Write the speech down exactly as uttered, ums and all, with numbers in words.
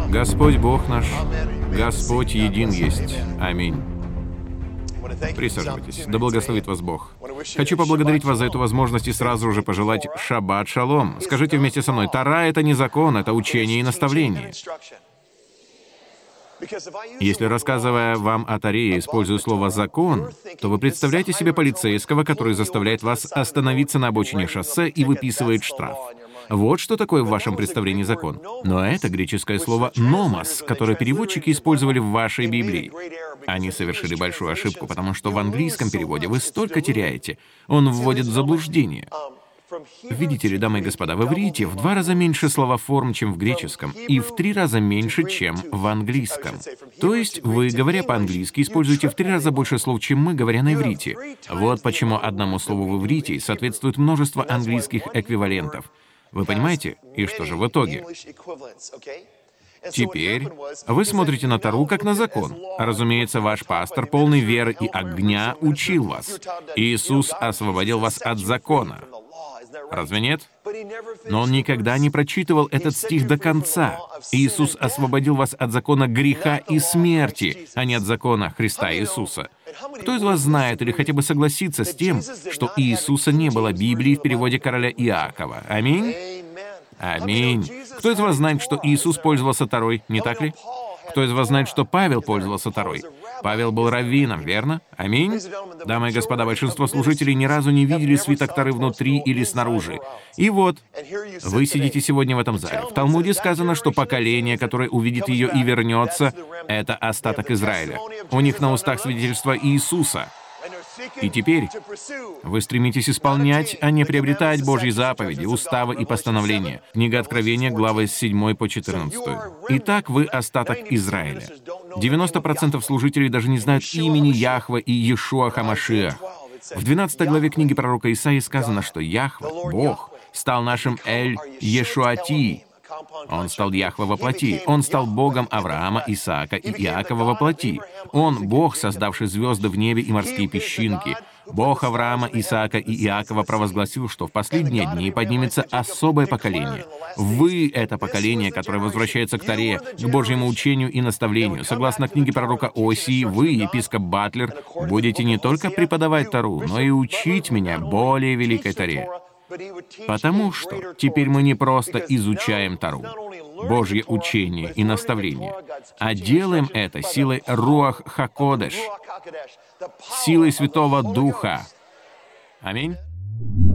Господь Бог наш, Господь един есть. Аминь. Присаживайтесь. Да благословит вас Бог. Хочу поблагодарить вас за эту возможность и сразу же пожелать шаббат шалом. Скажите вместе со мной, Тора — это не закон, это учение и наставление. Если, рассказывая вам о Торе, использую слово «закон», то вы представляете себе полицейского, который заставляет вас остановиться на обочине шоссе и выписывает штраф. Вот что такое в вашем представлении закон. Но это греческое слово «номос», которое переводчики использовали в вашей Библии. Они совершили большую ошибку, потому что в английском переводе вы столько теряете. Он вводит в заблуждение. Видите ли, дамы и господа, в иврите в два раза меньше словоформ, чем в греческом, и в три раза меньше, чем в английском. То есть вы, говоря по-английски, используете в три раза больше слов, чем мы, говоря на иврите. Вот почему одному слову в иврите соответствует множество английских эквивалентов. Вы понимаете? И что же в итоге? Теперь вы смотрите на Тору как на закон. Разумеется, ваш пастор, полный веры и огня, учил вас. Иисус освободил вас от закона. Разве нет? Но он никогда не прочитывал этот стих до конца. Иисус освободил вас от закона греха и смерти, а не от закона Христа Иисуса. Кто из вас знает или хотя бы согласится с тем, что Иисуса не было Библии в переводе короля Иакова? Аминь? Аминь. Кто из вас знает, что Иисус пользовался Торой, не так ли? Кто из вас знает, что Павел пользовался Торой? Павел был раввином, верно? Аминь? Дамы и господа, большинство служителей ни разу не видели свиток Торы внутри или снаружи. И вот, вы сидите сегодня в этом зале. В Талмуде сказано, что поколение, которое увидит ее и вернется, это остаток Израиля. У них на устах свидетельство Иисуса. И теперь вы стремитесь исполнять, а не приобретать Божьи заповеди, уставы и постановления. Книга Откровения, главы с седьмой по четырнадцатую. Итак, вы остаток Израиля. девяносто процентов служителей даже не знают имени Яхве и Иешуа ха-Машиах. В двенадцатой главе книги пророка Исаии сказано, что Яхве, Бог, стал нашим Эль-Ешуати. Он стал Яхве во плоти. Он стал Богом Авраама, Исаака и Иакова во плоти. Он — Бог, создавший звезды в небе и морские песчинки. Бог Авраама, Исаака и Иакова провозгласил, что в последние дни поднимется особое поколение. Вы — это поколение, которое возвращается к Торе, к Божьему учению и наставлению. Согласно книге пророка Осии, вы, епископ Батлер, будете не только преподавать Тору, но и учить меня более великой Торе. Потому что теперь мы не просто изучаем Тору, Божье учение и наставление, а делаем это силой Руах ха-Кодеш, силой Святого Духа. Аминь.